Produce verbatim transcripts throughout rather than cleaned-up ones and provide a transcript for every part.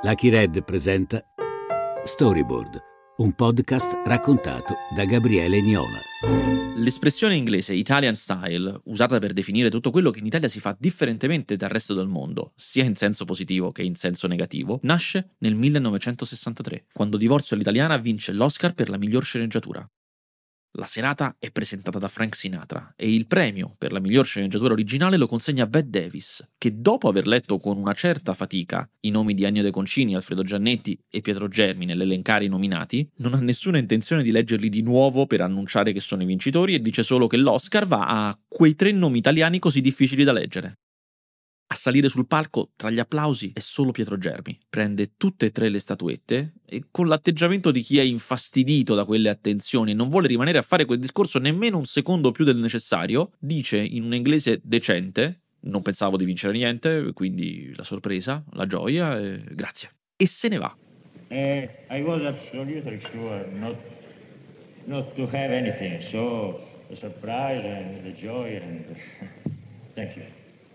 Lucky Red presenta Storyboard, un podcast raccontato da Gabriele Niola. L'espressione inglese Italian style, usata per definire tutto quello che in Italia si fa differentemente dal resto del mondo, sia in senso positivo che in senso negativo, nasce nel millenovecentosessantatré, quando Divorzio all'italiana vince l'Oscar per la miglior sceneggiatura. La serata è presentata da Frank Sinatra e il premio per la miglior sceneggiatura originale lo consegna Bette Davis, che dopo aver letto con una certa fatica i nomi di Ennio De Concini, Alfredo Giannetti e Pietro Germi nell'elencare i nominati, non ha nessuna intenzione di leggerli di nuovo per annunciare che sono i vincitori e dice solo che l'Oscar va a quei tre nomi italiani così difficili da leggere. A salire sul palco, tra gli applausi, è solo Pietro Germi. Prende tutte e tre le statuette e, con l'atteggiamento di chi è infastidito da quelle attenzioni e non vuole rimanere a fare quel discorso nemmeno un secondo più del necessario, dice in un inglese decente: non pensavo di vincere niente, quindi la sorpresa, la gioia, e grazie. E se ne va. Uh, I was absolutely sure not, not to have anything, so the surprise and the joy and thank you.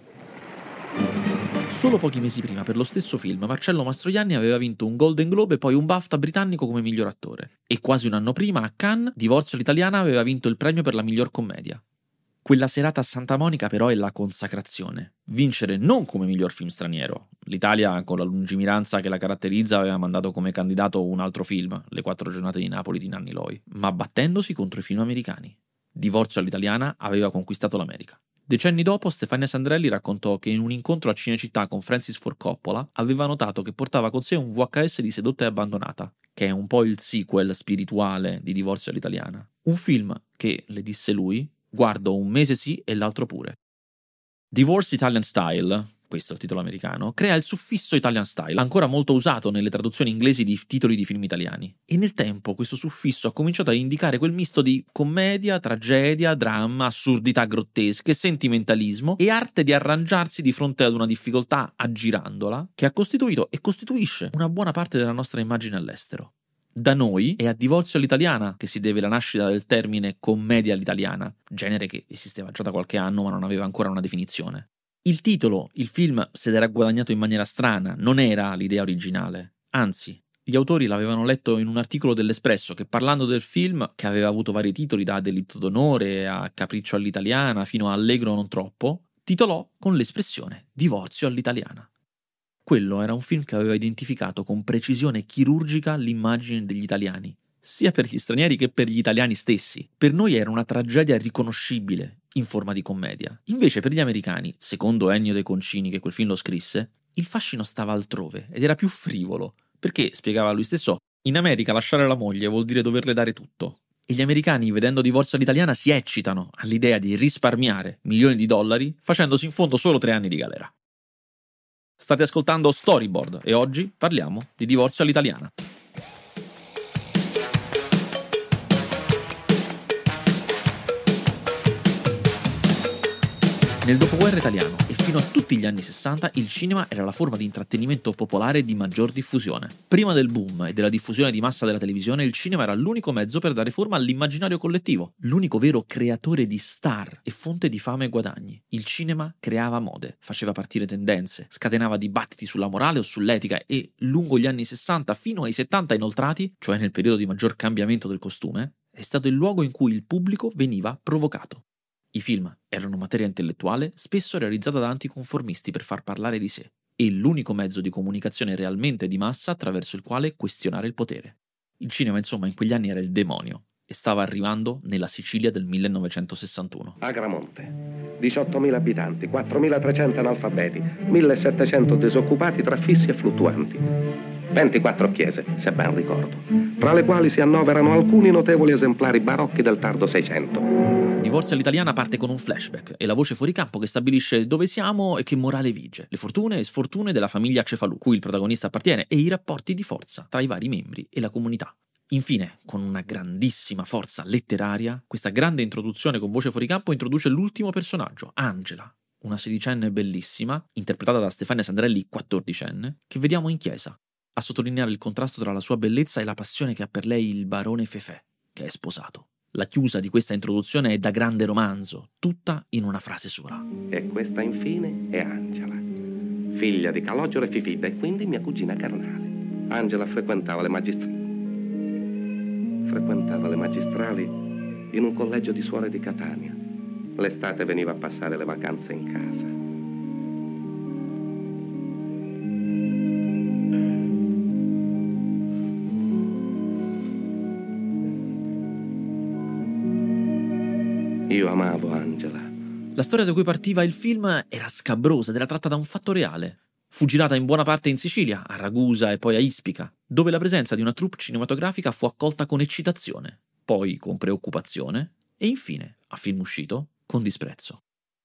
Solo pochi mesi prima, per lo stesso film, Marcello Mastroianni aveva vinto un Golden Globe e poi un BAFTA britannico come miglior attore. E quasi un anno prima, a Cannes, Divorzio all'italiana aveva vinto il premio per la miglior commedia. Quella serata a Santa Monica però è la consacrazione. Vincere non come miglior film straniero. L'Italia, con la lungimiranza che la caratterizza, aveva mandato come candidato un altro film, Le quattro giornate di Napoli di Nanni Loi, ma battendosi contro i film americani. Divorzio all'italiana aveva conquistato l'America. Decenni dopo, Stefania Sandrelli raccontò che in un incontro a Cinecittà con Francis Ford Coppola aveva notato che portava con sé un V H S di Sedotta e abbandonata, che è un po' il sequel spirituale di Divorzio all'italiana. Un film che, le disse lui, guardo un mese sì e l'altro pure. Divorce Italian Style, questo è il titolo americano, crea il suffisso Italian Style, ancora molto usato nelle traduzioni inglesi di titoli di film italiani. E nel tempo questo suffisso ha cominciato a indicare quel misto di commedia, tragedia, dramma, assurdità grottesche, sentimentalismo e arte di arrangiarsi di fronte ad una difficoltà aggirandola, che ha costituito e costituisce una buona parte della nostra immagine all'estero. Da noi è a Divorzio all'italiana che si deve la nascita del termine commedia all'italiana, genere che esisteva già da qualche anno ma non aveva ancora una definizione. Il titolo, il film, se l'era guadagnato in maniera strana, non era l'idea originale. Anzi, gli autori l'avevano letto in un articolo dell'Espresso che, parlando del film, che aveva avuto vari titoli da Delitto d'onore a Capriccio all'italiana fino a Allegro non troppo, titolò con l'espressione Divorzio all'italiana. Quello era un film che aveva identificato con precisione chirurgica l'immagine degli italiani, sia per gli stranieri che per gli italiani stessi. Per noi era una tragedia riconoscibile, in forma di commedia. Invece per gli americani, secondo Ennio De Concini che quel film lo scrisse, il fascino stava altrove ed era più frivolo, perché, spiegava lui stesso, in America lasciare la moglie vuol dire doverle dare tutto. E gli americani, vedendo Divorzio all'italiana, si eccitano all'idea di risparmiare milioni di dollari facendosi in fondo solo tre anni di galera. State ascoltando Storyboard e oggi parliamo di Divorzio all'italiana. Nel dopoguerra italiano e fino a tutti gli anni sessanta il cinema era la forma di intrattenimento popolare di maggior diffusione. Prima del boom e della diffusione di massa della televisione, il cinema era l'unico mezzo per dare forma all'immaginario collettivo, l'unico vero creatore di star e fonte di fama e guadagni. Il cinema creava mode, faceva partire tendenze, scatenava dibattiti sulla morale o sull'etica e, lungo gli anni sessanta fino ai settanta inoltrati, cioè nel periodo di maggior cambiamento del costume, è stato il luogo in cui il pubblico veniva provocato. I film erano materia intellettuale, spesso realizzata da anticonformisti per far parlare di sé, e l'unico mezzo di comunicazione realmente di massa attraverso il quale questionare il potere. Il cinema, insomma, in quegli anni era il demonio e stava arrivando nella Sicilia del millenovecentosessantuno. Agramonte, diciottomila abitanti, quattromilatrecento analfabeti, millesettecento disoccupati tra fissi e fluttuanti. ventiquattro chiese, se ben ricordo, tra le quali si annoverano alcuni notevoli esemplari barocchi del tardo Seicento. Divorzio all'italiana parte con un flashback e la voce fuori campo che stabilisce dove siamo e che morale vige, le fortune e sfortune della famiglia Cefalù, cui il protagonista appartiene, e i rapporti di forza tra i vari membri e la comunità. Infine, con una grandissima forza letteraria, questa grande introduzione con voce fuori campo introduce l'ultimo personaggio, Angela, una sedicenne bellissima, interpretata da Stefania Sandrelli, quattordicenne, che vediamo in chiesa, a sottolineare il contrasto tra la sua bellezza e la passione che ha per lei il barone Fefè, che è sposato. La chiusa di questa introduzione è da grande romanzo, tutta in una frase sola. E questa infine è Angela, figlia di Calogero e Fifita, e quindi mia cugina carnale. Angela frequentava le magistrali frequentava le magistrali in un collegio di suore di Catania. L'estate veniva a passare le vacanze in casa. Io amavo Angela. La storia da cui partiva il film era scabrosa ed era tratta da un fatto reale. Fu girata in buona parte in Sicilia, a Ragusa e poi a Ispica, dove la presenza di una troupe cinematografica fu accolta con eccitazione, poi con preoccupazione e infine, a film uscito, con disprezzo.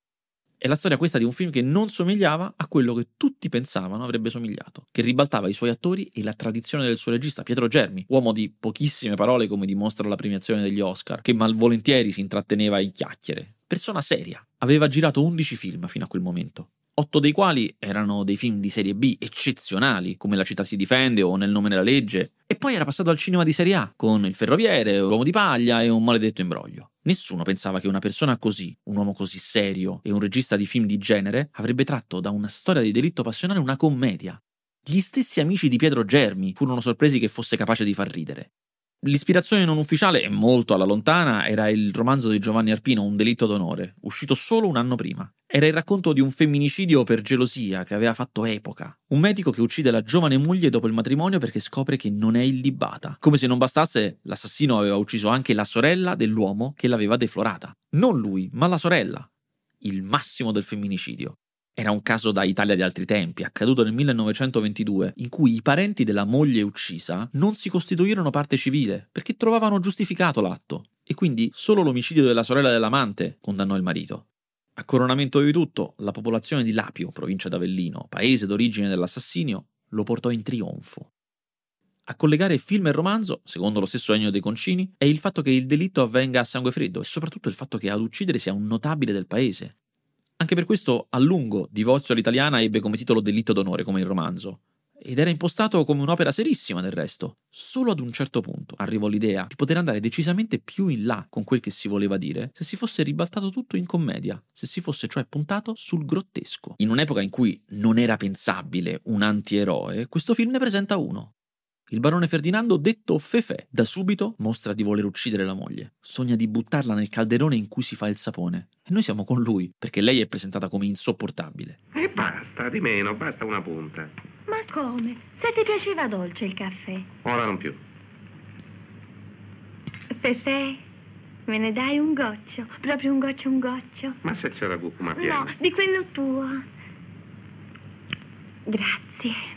È la storia questa di un film che non somigliava a quello che tutti pensavano avrebbe somigliato, che ribaltava i suoi attori e la tradizione del suo regista, Pietro Germi, uomo di pochissime parole come dimostra la premiazione degli Oscar, che malvolentieri si intratteneva in chiacchiere. Persona seria. Aveva girato undici film fino a quel momento. Otto dei quali erano dei film di serie B eccezionali, come La città si difende o Nel nome della legge, e poi era passato al cinema di serie A, con Il ferroviere, L'uomo di paglia e Un maledetto imbroglio. Nessuno pensava che una persona così, un uomo così serio e un regista di film di genere, avrebbe tratto da una storia di delitto passionale una commedia. Gli stessi amici di Pietro Germi furono sorpresi che fosse capace di far ridere. L'ispirazione non ufficiale, e molto alla lontana, era il romanzo di Giovanni Arpino, Un delitto d'onore, uscito solo un anno prima. Era il racconto di un femminicidio per gelosia che aveva fatto epoca. Un medico che uccide la giovane moglie dopo il matrimonio perché scopre che non è illibata. Come se non bastasse, l'assassino aveva ucciso anche la sorella dell'uomo che l'aveva deflorata. Non lui, ma la sorella. Il massimo del femminicidio. Era un caso da Italia di altri tempi, accaduto nel millenovecentoventidue, in cui i parenti della moglie uccisa non si costituirono parte civile perché trovavano giustificato l'atto, e quindi solo l'omicidio della sorella dell'amante condannò il marito. A coronamento di tutto, la popolazione di Lapio, provincia d'Avellino, paese d'origine dell'assassinio, lo portò in trionfo. A collegare film e romanzo, secondo lo stesso Ennio De Concini, è il fatto che il delitto avvenga a sangue freddo e soprattutto il fatto che ad uccidere sia un notabile del paese. Anche per questo, a lungo, Divorzio all'italiana ebbe come titolo Delitto d'onore, come il romanzo. Ed era impostato come un'opera serissima del resto. Solo ad un certo punto arrivò l'idea di poter andare decisamente più in là con quel che si voleva dire se si fosse ribaltato tutto in commedia, se si fosse cioè puntato sul grottesco. In un'epoca in cui non era pensabile un antieroe, questo film ne presenta uno. Il barone Ferdinando, detto Fefè, da subito mostra di voler uccidere la moglie. Sogna di buttarla nel calderone in cui si fa il sapone. E noi siamo con lui, perché lei è presentata come insopportabile. E basta, di meno, basta una punta. Ma come? Se ti piaceva dolce il caffè? Ora non più. Fefè, me ne dai un goccio? Proprio un goccio, un goccio? Ma se c'è la curcuma piena? No, di quello tuo. Grazie.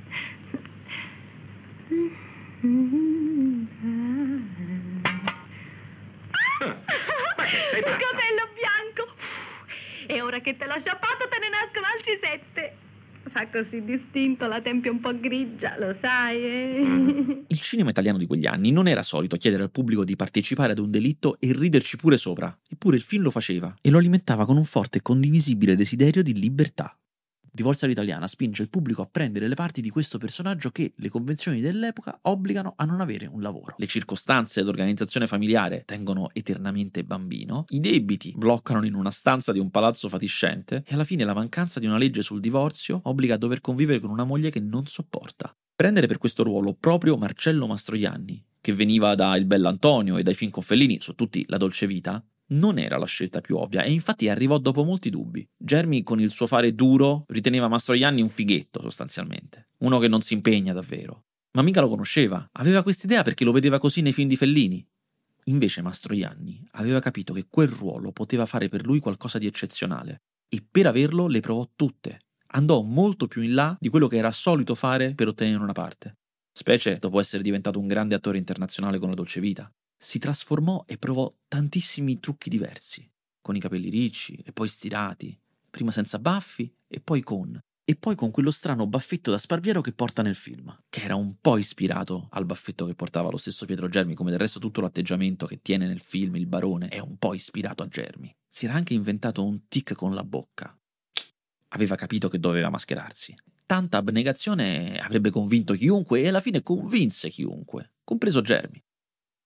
Il capello bianco. E ora che te l'ho sciappato te ne nascono altri sette. Fa così distinto, la tempia un po' grigia, lo sai, eh? Il cinema italiano di quegli anni non era solito chiedere al pubblico di partecipare ad un delitto e riderci pure sopra. Eppure il film lo faceva e lo alimentava con un forte e condivisibile desiderio di libertà. Divorzio all'italiana spinge il pubblico a prendere le parti di questo personaggio che le convenzioni dell'epoca obbligano a non avere un lavoro. Le circostanze d'organizzazione familiare tengono eternamente bambino, i debiti bloccano in una stanza di un palazzo fatiscente e alla fine la mancanza di una legge sul divorzio obbliga a dover convivere con una moglie che non sopporta. Prendere per questo ruolo proprio Marcello Mastroianni, che veniva da Il Bell'Antonio e dai film con Fellini, su tutti La dolce vita, non era la scelta più ovvia e infatti arrivò dopo molti dubbi. Germi, con il suo fare duro, riteneva Mastroianni un fighetto sostanzialmente, uno che non si impegna davvero. Ma mica lo conosceva, aveva quest'idea perché lo vedeva così nei film di Fellini. Invece Mastroianni aveva capito che quel ruolo poteva fare per lui qualcosa di eccezionale e per averlo le provò tutte. Andò molto più in là di quello che era solito fare per ottenere una parte, specie dopo essere diventato un grande attore internazionale con La dolce vita. Si trasformò e provò tantissimi trucchi diversi, con i capelli ricci e poi stirati, prima senza baffi e poi con, e poi con quello strano baffetto da sparviero che porta nel film, che era un po' ispirato al baffetto che portava lo stesso Pietro Germi, come del resto tutto l'atteggiamento che tiene nel film il barone è un po' ispirato a Germi. Si era anche inventato un tic con la bocca. Aveva capito che doveva mascherarsi. Tanta abnegazione avrebbe convinto chiunque e alla fine convinse chiunque, compreso Germi.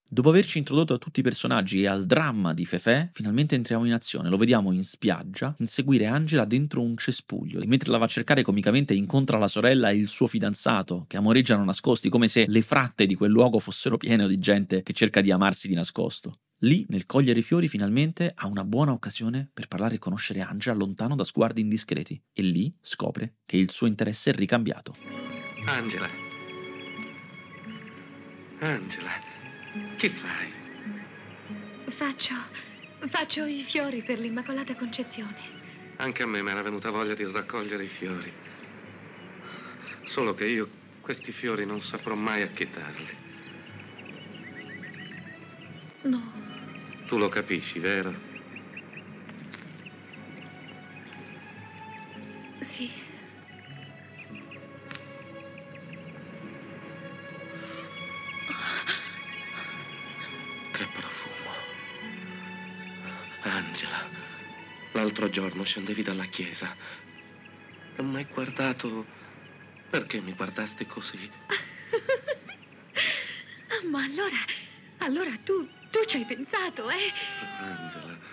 Dopo averci introdotto a tutti i personaggi e al dramma di Fefè, finalmente entriamo in azione. Lo vediamo in spiaggia inseguire Angela dentro un cespuglio e mentre la va a cercare comicamente incontra la sorella e il suo fidanzato che amoreggiano nascosti come se le fratte di quel luogo fossero piene di gente che cerca di amarsi di nascosto. Lì, nel cogliere i fiori, finalmente ha una buona occasione per parlare e conoscere Angela lontano da sguardi indiscreti e lì scopre che il suo interesse è ricambiato. Angela. Angela, che fai? Faccio... faccio i fiori per l'Immacolata Concezione. Anche a me mi era venuta voglia di raccogliere i fiori. Solo che io questi fiori non saprò mai acchetarli. No. Tu lo capisci, vero? Sì. Che profumo. Angela, l'altro giorno scendevi dalla chiesa e mi hai guardato. Perché mi guardasti così? Ma allora, allora tu, tu ci hai pensato, eh? Angela.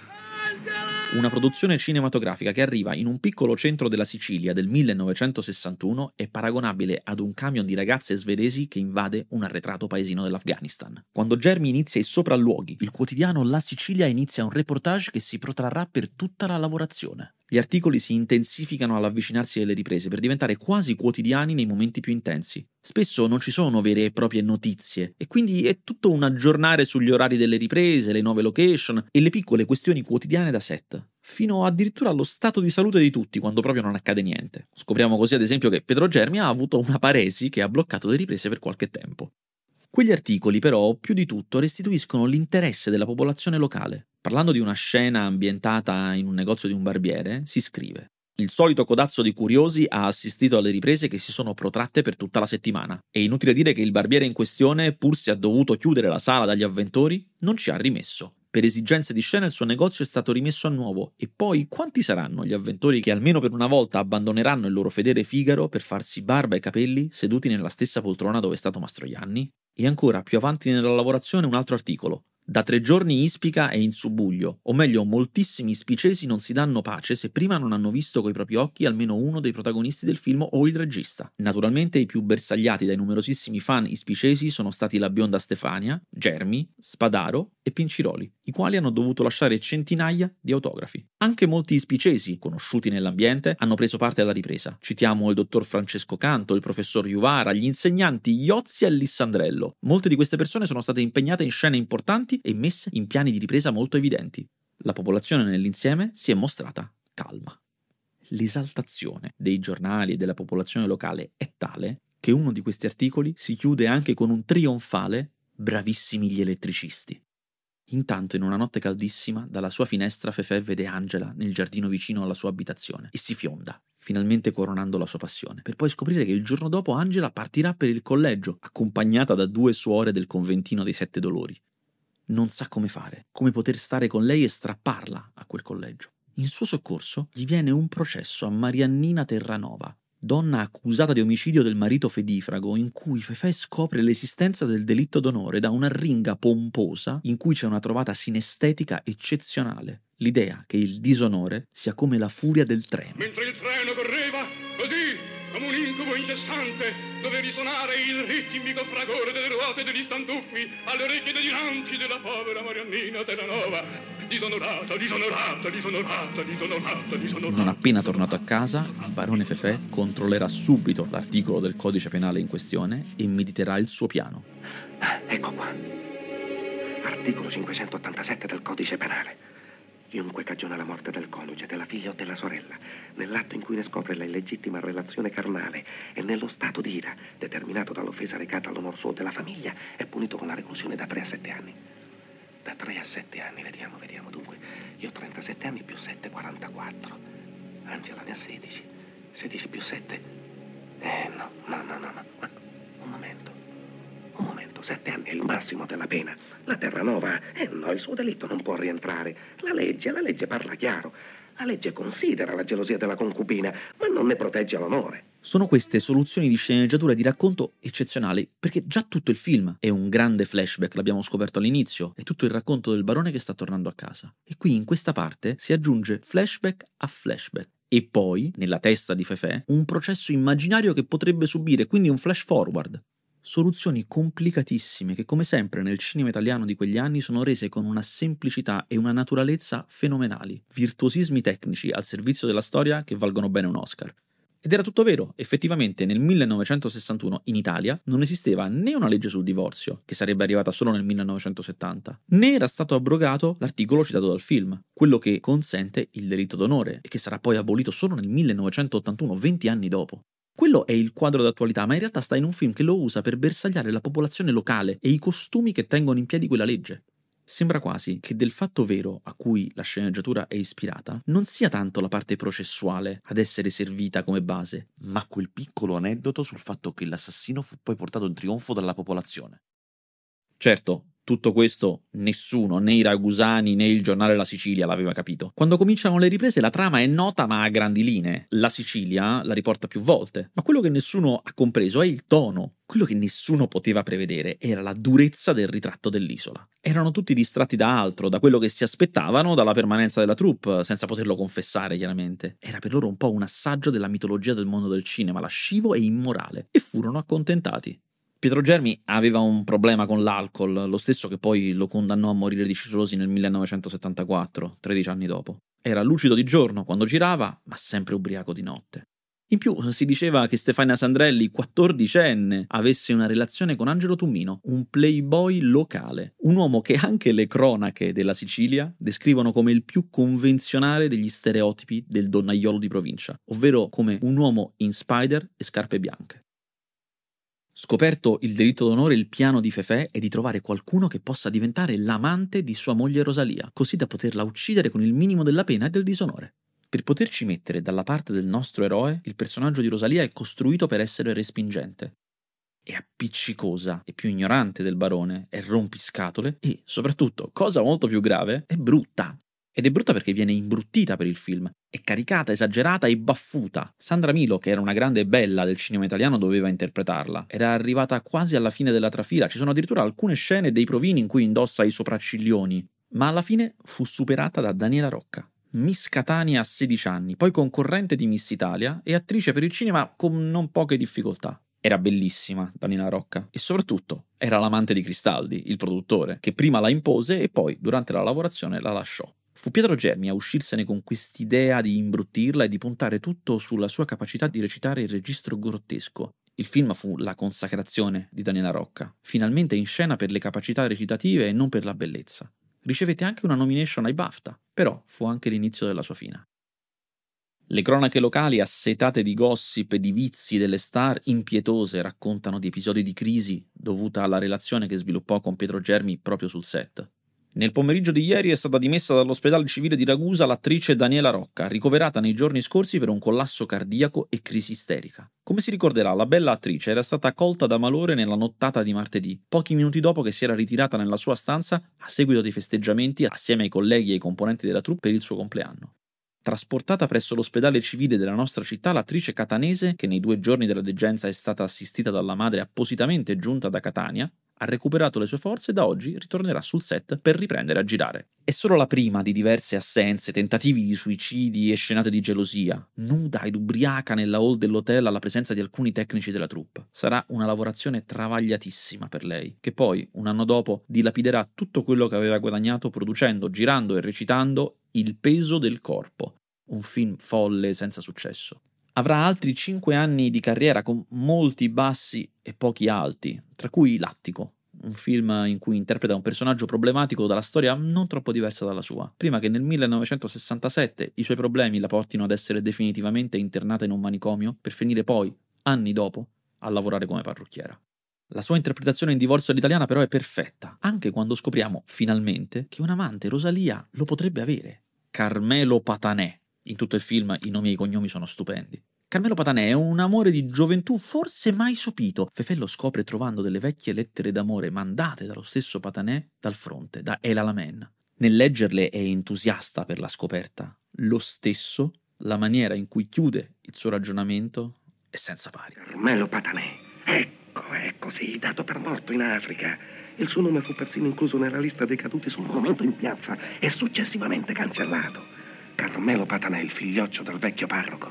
Una produzione cinematografica che arriva in un piccolo centro della Sicilia del millenovecentosessantuno è paragonabile ad un camion di ragazze svedesi che invade un arretrato paesino dell'Afghanistan. Quando Germi inizia i sopralluoghi, il quotidiano La Sicilia inizia un reportage che si protrarrà per tutta la lavorazione. Gli articoli si intensificano all'avvicinarsi delle riprese per diventare quasi quotidiani nei momenti più intensi. Spesso non ci sono vere e proprie notizie e quindi è tutto un aggiornare sugli orari delle riprese, le nuove location e le piccole questioni quotidiane da set, fino addirittura allo stato di salute di tutti quando proprio non accade niente. Scopriamo così ad esempio che Pedro Germi ha avuto una paresi che ha bloccato le riprese per qualche tempo. Quegli articoli però, più di tutto, restituiscono l'interesse della popolazione locale. Parlando di una scena ambientata in un negozio di un barbiere, si scrive: il solito codazzo di curiosi ha assistito alle riprese che si sono protratte per tutta la settimana. È inutile dire che il barbiere in questione, pur se ha dovuto chiudere la sala dagli avventori, non ci ha rimesso. Per esigenze di scena il suo negozio è stato rimesso a nuovo e poi quanti saranno gli avventori che almeno per una volta abbandoneranno il loro fedele Figaro per farsi barba e capelli seduti nella stessa poltrona dove è stato Mastroianni? E ancora più avanti nella lavorazione un altro articolo. Da tre giorni Ispica è in subbuglio, o meglio moltissimi ispicesi non si danno pace se prima non hanno visto coi propri occhi almeno uno dei protagonisti del film o il regista. Naturalmente i più bersagliati dai numerosissimi fan ispicesi sono stati la bionda Stefania, Germi, Spadaro e Pinciroli, i quali hanno dovuto lasciare centinaia di autografi. Anche molti ispicesi, conosciuti nell'ambiente, hanno preso parte alla ripresa. Citiamo il dottor Francesco Canto, il professor Juvara, gli insegnanti Iozzi e Lissandrello. Molte di queste persone sono state impegnate in scene importanti e messe in piani di ripresa molto evidenti. La popolazione nell'insieme si è mostrata calma. L'esaltazione dei giornali e della popolazione locale è tale che uno di questi articoli si chiude anche con un trionfale "bravissimi gli elettricisti". Intanto, in una notte caldissima, dalla sua finestra Fefè vede Angela nel giardino vicino alla sua abitazione e si fionda, finalmente coronando la sua passione, per poi scoprire che il giorno dopo Angela partirà per il collegio, accompagnata da due suore del conventino dei Sette Dolori. Non sa come fare, come poter stare con lei e strapparla a quel collegio. In suo soccorso gli viene un processo a Mariannina Terranova, donna accusata di omicidio del marito fedifrago, in cui Fefè scopre l'esistenza del delitto d'onore da una arringa pomposa in cui c'è una trovata sinestetica eccezionale. L'idea che il disonore sia come la furia del treno. Mentre il treno correva, così, come un incubo incessante, dove risuonare il ritmico fragore delle ruote e degli stantuffi alle orecchie dei dinanzi della povera Mariannina Terranova. Disonorata, disonorata, disonorata, disonorata, disonorata. Non appena tornato a casa, il barone Fefè controllerà subito l'articolo del codice penale in questione e mediterà il suo piano. Ah, ecco qua. Articolo cinquecentottantasette del codice penale. Chiunque cagiona la morte del coniuge, della figlia o della sorella, nell'atto in cui ne scopre la illegittima relazione carnale e nello stato di ira determinato dall'offesa recata all'onor suo della famiglia, è punito con la reclusione da tre a sette anni. Da tre a sette anni, vediamo, vediamo. Dunque, io ho trentasette anni più sette, quarantaquattro. Angela ne ha sedici. sedici più sette. Eh, no, no, no, no, no. Un momento. Un momento, sette anni è il massimo della pena. La Terranova, eh no, il suo delitto non può rientrare. La legge, la legge parla chiaro. La legge considera la gelosia della concubina, ma non ne protegge l'onore. Sono queste soluzioni di sceneggiatura e di racconto eccezionali, perché già tutto il film è un grande flashback, l'abbiamo scoperto all'inizio, è tutto il racconto del barone che sta tornando a casa. E qui in questa parte si aggiunge flashback a flashback. E poi, nella testa di Fefè, un processo immaginario che potrebbe subire, quindi un flash forward. Soluzioni complicatissime che, come sempre nel cinema italiano di quegli anni, sono rese con una semplicità e una naturalezza fenomenali. Virtuosismi tecnici al servizio della storia che valgono bene un Oscar. Ed era tutto vero, effettivamente nel millenovecentosessantuno in Italia non esisteva né una legge sul divorzio, che sarebbe arrivata solo nel millenovecentosettanta, né era stato abrogato l'articolo citato dal film, quello che consente il delitto d'onore, e che sarà poi abolito solo nel millenovecentottantuno, venti anni dopo. Quello è il quadro d'attualità, ma in realtà sta in un film che lo usa per bersagliare la popolazione locale e i costumi che tengono in piedi quella legge. Sembra quasi che del fatto vero a cui la sceneggiatura è ispirata non sia tanto la parte processuale ad essere servita come base, ma quel piccolo aneddoto sul fatto che l'assassino fu poi portato in trionfo dalla popolazione. Certo, tutto questo nessuno, né i ragusani né il giornale La Sicilia l'aveva capito. Quando cominciano le riprese la trama è nota ma a grandi linee. La Sicilia la riporta più volte, ma quello che nessuno ha compreso è il tono. Quello che nessuno poteva prevedere era la durezza del ritratto dell'isola. Erano tutti distratti da altro, da quello che si aspettavano dalla permanenza della troupe, senza poterlo confessare chiaramente. Era per loro un po' un assaggio della mitologia del mondo del cinema, lascivo e immorale, e furono accontentati. Pietro Germi aveva un problema con l'alcol, lo stesso che poi lo condannò a morire di cirrosi nel millenovecentosettantaquattro, tredici anni dopo. Era lucido di giorno quando girava, ma sempre ubriaco di notte. In più si diceva che Stefania Sandrelli, quattordicenne, avesse una relazione con Angelo Tummino, un playboy locale, un uomo che anche le cronache della Sicilia descrivono come il più convenzionale degli stereotipi del donnaiolo di provincia, ovvero come un uomo in spider e scarpe bianche. Scoperto il delitto d'onore, il piano di Fefè è di trovare qualcuno che possa diventare l'amante di sua moglie Rosalia, così da poterla uccidere con il minimo della pena e del disonore. Per poterci mettere dalla parte del nostro eroe, il personaggio di Rosalia è costruito per essere respingente. È appiccicosa, è più ignorante del barone, è rompiscatole e, soprattutto, cosa molto più grave, è brutta. Ed è brutta perché viene imbruttita per il film. È caricata, esagerata e baffuta. Sandra Milo, che era una grande bella del cinema italiano, doveva interpretarla. Era arrivata quasi alla fine della trafila. Ci sono addirittura alcune scene dei provini in cui indossa i sopracciglioni. Ma alla fine fu superata da Daniela Rocca. Miss Catania a sedici anni, poi concorrente di Miss Italia e attrice per il cinema con non poche difficoltà. Era bellissima Daniela Rocca e soprattutto era l'amante di Cristaldi, il produttore, che prima la impose e poi durante la lavorazione la lasciò. Fu Pietro Germi a uscirsene con quest'idea di imbruttirla e di puntare tutto sulla sua capacità di recitare il registro grottesco. Il film fu la consacrazione di Daniela Rocca, finalmente in scena per le capacità recitative e non per la bellezza. Ricevette anche una nomination ai BAFTA, però fu anche l'inizio della sua fine. Le cronache locali, assetate di gossip e di vizi delle star impietose, raccontano di episodi di crisi dovuta alla relazione che sviluppò con Pietro Germi proprio sul set. Nel pomeriggio di ieri è stata dimessa dall'ospedale civile di Ragusa l'attrice Daniela Rocca, ricoverata nei giorni scorsi per un collasso cardiaco e crisi isterica. Come si ricorderà, la bella attrice era stata colta da malore nella nottata di martedì, pochi minuti dopo che si era ritirata nella sua stanza a seguito dei festeggiamenti assieme ai colleghi e ai componenti della troupe per il suo compleanno. Trasportata presso l'ospedale civile della nostra città, l'attrice catanese, che nei due giorni della degenza è stata assistita dalla madre appositamente giunta da Catania, ha recuperato le sue forze e da oggi ritornerà sul set per riprendere a girare. È solo la prima di diverse assenze, tentativi di suicidi e scenate di gelosia, nuda ed ubriaca nella hall dell'hotel alla presenza di alcuni tecnici della troupe. Sarà una lavorazione travagliatissima per lei, che poi, un anno dopo, dilapiderà tutto quello che aveva guadagnato producendo, girando e recitando Il peso del corpo, un film folle senza successo. Avrà altri cinque anni di carriera con molti bassi e pochi alti, tra cui Lattico, un film in cui interpreta un personaggio problematico dalla storia non troppo diversa dalla sua, prima che nel millenovecentosessantasette i suoi problemi la portino ad essere definitivamente internata in un manicomio per finire poi, anni dopo, a lavorare come parrucchiera. La sua interpretazione in Divorzio all'italiana però è perfetta, anche quando scopriamo, finalmente, che un amante, Rosalia, lo potrebbe avere. Carmelo Patanè. In tutto il film i nomi e i cognomi sono stupendi. Carmelo Patanè è un amore di gioventù forse mai sopito. Fefè lo scopre trovando delle vecchie lettere d'amore mandate dallo stesso Patanè dal fronte, da El Alamein. Nel leggerle è entusiasta per la scoperta. Lo stesso, la maniera in cui chiude il suo ragionamento, è senza pari. Carmelo Patanè, ecco, è così, dato per morto in Africa. Il suo nome fu persino incluso nella lista dei caduti sul monumento in piazza e successivamente cancellato. Carmelo Patanè, il figlioccio del vecchio parroco.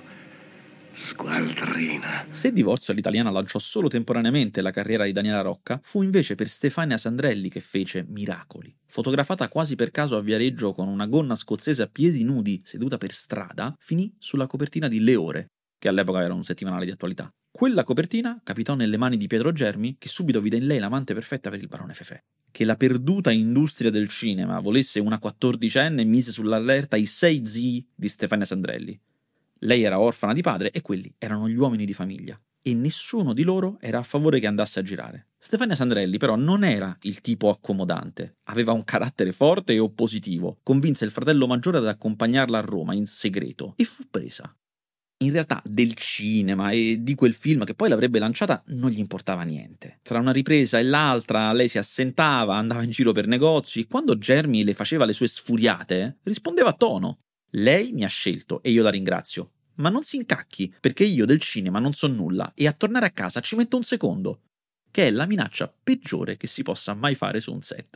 Squadrina. Se Divorzio all'italiana lanciò solo temporaneamente la carriera di Daniela Rocca, fu invece per Stefania Sandrelli che fece miracoli. Fotografata quasi per caso a Viareggio con una gonna scozzese a piedi nudi seduta per strada, finì sulla copertina di Le Ore, che all'epoca era un settimanale di attualità. Quella copertina capitò nelle mani di Pietro Germi, che subito vide in lei l'amante perfetta per il barone Fefè. Che la perduta industria del cinema volesse una quattordicenne mise sull'allerta i sei zii di Stefania Sandrelli. Lei era orfana di padre e quelli erano gli uomini di famiglia. E nessuno di loro era a favore che andasse a girare. Stefania Sandrelli però non era il tipo accomodante. Aveva un carattere forte e oppositivo. Convinse il fratello maggiore ad accompagnarla a Roma in segreto e fu presa. In realtà del cinema e di quel film che poi l'avrebbe lanciata non gli importava niente. Tra una ripresa e l'altra lei si assentava, andava in giro per negozi e quando Germi le faceva le sue sfuriate rispondeva a tono. Lei mi ha scelto e io la ringrazio. Ma non si incacchi, perché io del cinema non so nulla e a tornare a casa ci metto un secondo, che è la minaccia peggiore che si possa mai fare su un set.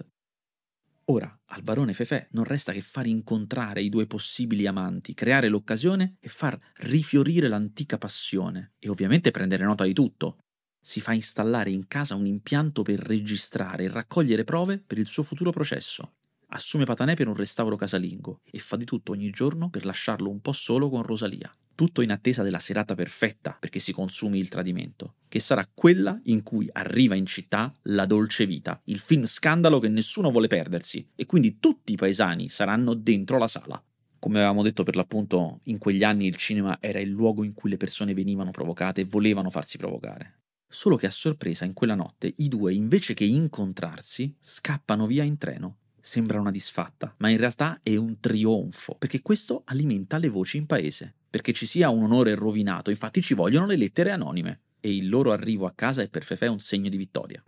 Ora, al barone Fefè non resta che far incontrare i due possibili amanti, creare l'occasione e far rifiorire l'antica passione. E ovviamente prendere nota di tutto. Si fa installare in casa un impianto per registrare e raccogliere prove per il suo futuro processo. Assume Patanè per un restauro casalingo e fa di tutto ogni giorno per lasciarlo un po' solo con Rosalia. Tutto in attesa della serata perfetta perché si consumi il tradimento, che sarà quella in cui arriva in città La Dolce Vita, il film scandalo che nessuno vuole perdersi, e quindi tutti i paesani saranno dentro la sala. Come avevamo detto, per l'appunto, in quegli anni il cinema era il luogo in cui le persone venivano provocate e volevano farsi provocare. Solo che a sorpresa in quella notte i due, invece che incontrarsi, scappano via in treno. Sembra una disfatta, ma in realtà è un trionfo, perché questo alimenta le voci in paese. Perché ci sia un onore rovinato, infatti ci vogliono le lettere anonime, e il loro arrivo a casa è per Fefè un segno di vittoria.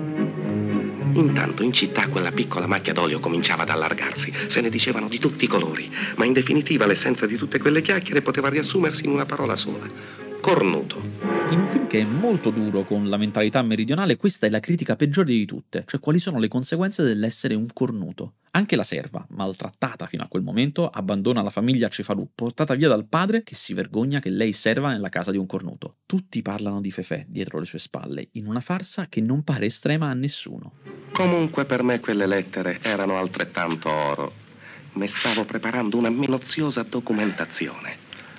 Intanto in città quella piccola macchia d'olio cominciava ad allargarsi, se ne dicevano di tutti i colori, ma in definitiva l'essenza di tutte quelle chiacchiere poteva riassumersi in una parola sola: cornuto. In un film che è molto duro con la mentalità meridionale, questa è la critica peggiore di tutte, cioè quali sono le conseguenze dell'essere un cornuto. Anche la serva, maltrattata fino a quel momento, abbandona la famiglia Cefalù, portata via dal padre che si vergogna che lei serva nella casa di un cornuto. Tutti parlano di Fefè dietro le sue spalle, in una farsa che non pare estrema a nessuno. Comunque per me quelle lettere erano altrettanto oro. Ne stavo preparando una minuziosa documentazione.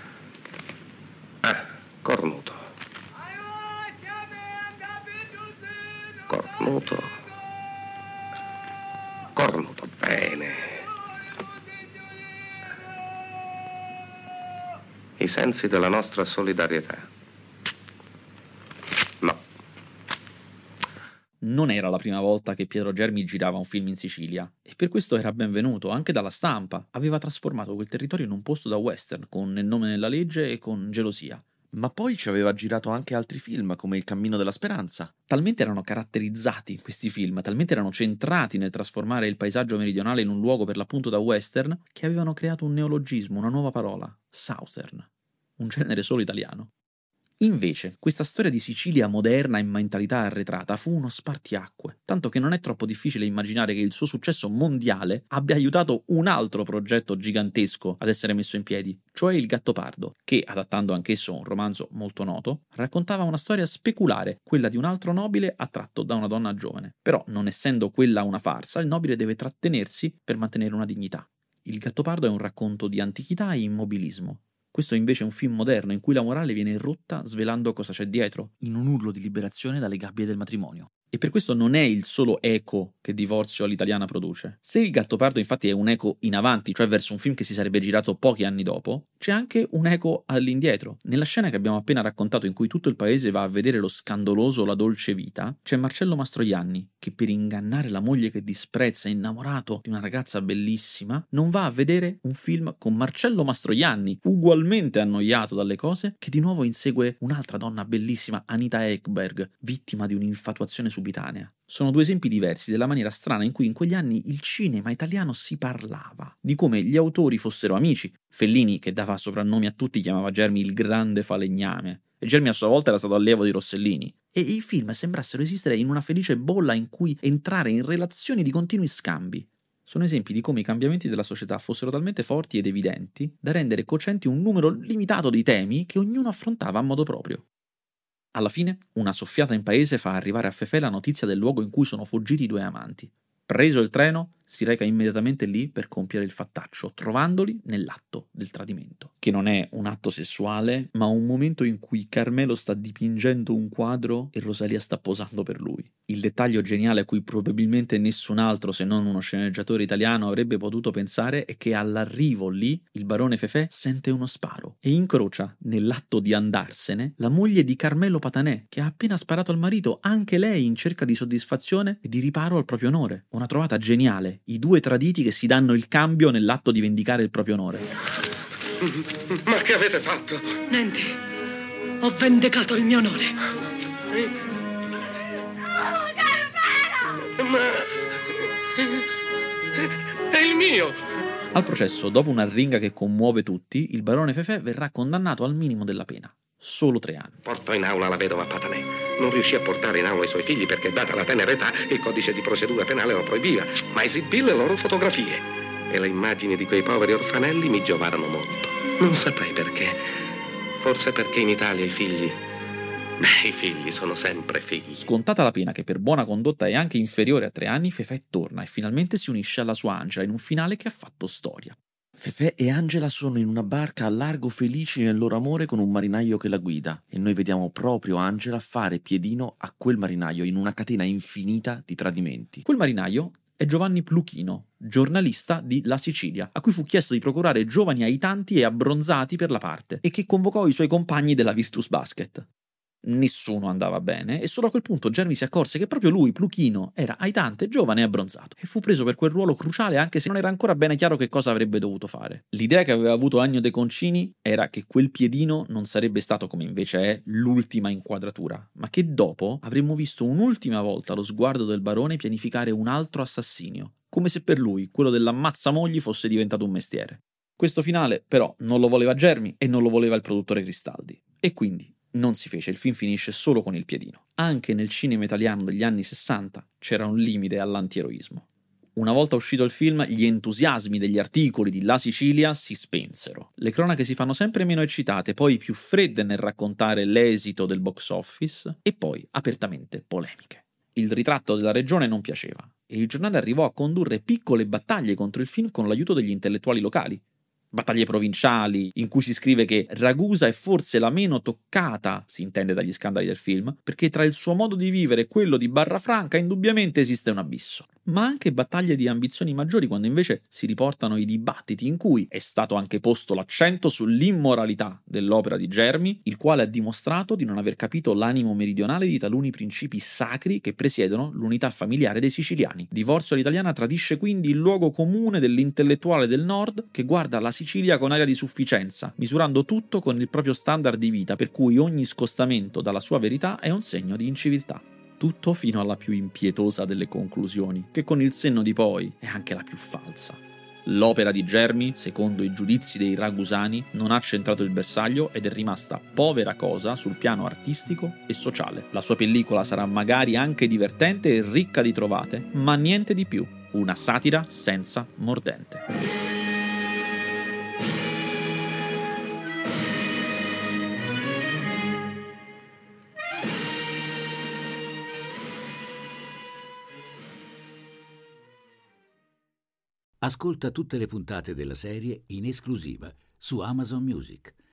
Ah, cornuto. Cornuto. Cornuto, bene. I sensi della nostra solidarietà. No. Non era la prima volta che Pietro Germi girava un film in Sicilia, e per questo era benvenuto anche dalla stampa. Aveva trasformato quel territorio in un posto da western, con Nel nome nella legge e con Gelosia. Ma poi ci aveva girato anche altri film, come Il cammino della speranza. Talmente erano caratterizzati questi film, talmente erano centrati nel trasformare il paesaggio meridionale in un luogo per l'appunto da western, che avevano creato un neologismo, una nuova parola: Southern, un genere solo italiano. Invece, questa storia di Sicilia moderna e mentalità arretrata fu uno spartiacque, tanto che non è troppo difficile immaginare che il suo successo mondiale abbia aiutato un altro progetto gigantesco ad essere messo in piedi, cioè Il Gattopardo, che, adattando anch'esso un romanzo molto noto, raccontava una storia speculare, quella di un altro nobile attratto da una donna giovane. Però, non essendo quella una farsa, il nobile deve trattenersi per mantenere una dignità. Il Gattopardo è un racconto di antichità e immobilismo. Questo invece è un film moderno in cui la morale viene rotta svelando cosa c'è dietro, in un urlo di liberazione dalle gabbie del matrimonio. E per questo non è il solo eco che Divorzio all'italiana produce. Se Il Gattopardo infatti è un eco in avanti, cioè verso un film che si sarebbe girato pochi anni dopo, c'è anche un eco all'indietro. Nella scena che abbiamo appena raccontato, in cui tutto il paese va a vedere lo scandaloso La Dolce Vita, c'è Marcello Mastroianni che, per ingannare la moglie che disprezza, innamorato di una ragazza bellissima, non va a vedere un film con Marcello Mastroianni, ugualmente annoiato dalle cose, che di nuovo insegue un'altra donna bellissima, Anita Ekberg, vittima di un'infatuazione subitanea. Sono due esempi diversi della maniera strana in cui in quegli anni il cinema italiano si parlava, di come gli autori fossero amici. Fellini, che dava soprannomi a tutti, chiamava Germi il grande falegname, e Germi a sua volta era stato allievo di Rossellini, e i film sembrassero esistere in una felice bolla in cui entrare in relazioni di continui scambi. Sono esempi di come i cambiamenti della società fossero talmente forti ed evidenti da rendere cocenti un numero limitato di temi che ognuno affrontava a modo proprio. Alla fine, una soffiata in paese fa arrivare a Fefè la notizia del luogo in cui sono fuggiti i due amanti. Preso il treno, si reca immediatamente lì per compiere il fattaccio, trovandoli nell'atto del tradimento, che non è un atto sessuale, ma un momento in cui Carmelo sta dipingendo un quadro e Rosalia sta posando per lui. Il dettaglio geniale a cui probabilmente nessun altro se non uno sceneggiatore italiano avrebbe potuto pensare è che all'arrivo lì il barone Fefè sente uno sparo e incrocia, nell'atto di andarsene, la moglie di Carmelo Patanè, che ha appena sparato al marito, anche lei in cerca di soddisfazione e di riparo al proprio onore. Una trovata geniale. I due traditi che si danno il cambio nell'atto di vendicare il proprio onore. Ma che avete fatto? Niente. Ho vendicato il mio onore. Oh, Carmelo! Ma... è il mio! Al processo, dopo una arringa che commuove tutti, il barone Fefè verrà condannato al minimo della pena. Solo tre anni. Portò in aula la vedova Patanè. Non riuscì a portare in aula i suoi figli perché, data la tenera età, il codice di procedura penale lo proibiva, ma esibì le loro fotografie. E le immagini di quei poveri orfanelli mi giovarono molto. Non saprei perché. Forse perché in Italia i figli... Beh, i figli sono sempre figli. Scontata la pena, che per buona condotta è anche inferiore a tre anni, Fefè torna e finalmente si unisce alla sua Angela in un finale che ha fatto storia. Fefè e Angela sono in una barca a largo felici nel loro amore con un marinaio che la guida e noi vediamo proprio Angela fare piedino a quel marinaio in una catena infinita di tradimenti. Quel marinaio è Giovanni Pluchino, giornalista di La Sicilia, a cui fu chiesto di procurare giovani aitanti e abbronzati per la parte e che convocò i suoi compagni della Virtus Basket. Nessuno andava bene e solo a quel punto Germi si accorse che proprio lui, Pluchino, era aitante, giovane e abbronzato e fu preso per quel ruolo cruciale anche se non era ancora bene chiaro che cosa avrebbe dovuto fare. L'idea che aveva avuto Ennio De Concini era che quel piedino non sarebbe stato, come invece è, l'ultima inquadratura, ma che dopo avremmo visto un'ultima volta lo sguardo del barone pianificare un altro assassinio, come se per lui quello dell'ammazzamogli fosse diventato un mestiere. Questo finale però non lo voleva Germi e non lo voleva il produttore Cristaldi e quindi non si fece, il film finisce solo con il piedino. Anche nel cinema italiano degli anni sessanta c'era un limite all'antieroismo. Una volta uscito il film, gli entusiasmi degli articoli di La Sicilia si spensero. Le cronache si fanno sempre meno eccitate, poi più fredde nel raccontare l'esito del box office e poi apertamente polemiche. Il ritratto della regione non piaceva e il giornale arrivò a condurre piccole battaglie contro il film con l'aiuto degli intellettuali locali. Battaglie provinciali, in cui si scrive che Ragusa è forse la meno toccata, si intende dagli scandali del film, perché tra il suo modo di vivere e quello di Barrafranca indubbiamente esiste un abisso. Ma anche battaglie di ambizioni maggiori, quando invece si riportano i dibattiti in cui è stato anche posto l'accento sull'immoralità dell'opera di Germi, il quale ha dimostrato di non aver capito l'animo meridionale di taluni principi sacri che presiedono l'unità familiare dei siciliani. Divorzio all'italiana tradisce quindi il luogo comune dell'intellettuale del nord che guarda la Sicilia con aria di sufficienza, misurando tutto con il proprio standard di vita, per cui ogni scostamento dalla sua verità è un segno di inciviltà. Tutto fino alla più impietosa delle conclusioni, che con il senno di poi è anche la più falsa. L'opera di Germi, secondo i giudizi dei ragusani, non ha centrato il bersaglio ed è rimasta povera cosa sul piano artistico e sociale. La sua pellicola sarà magari anche divertente e ricca di trovate, ma niente di più. Una satira senza mordente. Ascolta tutte le puntate della serie in esclusiva su Amazon Music.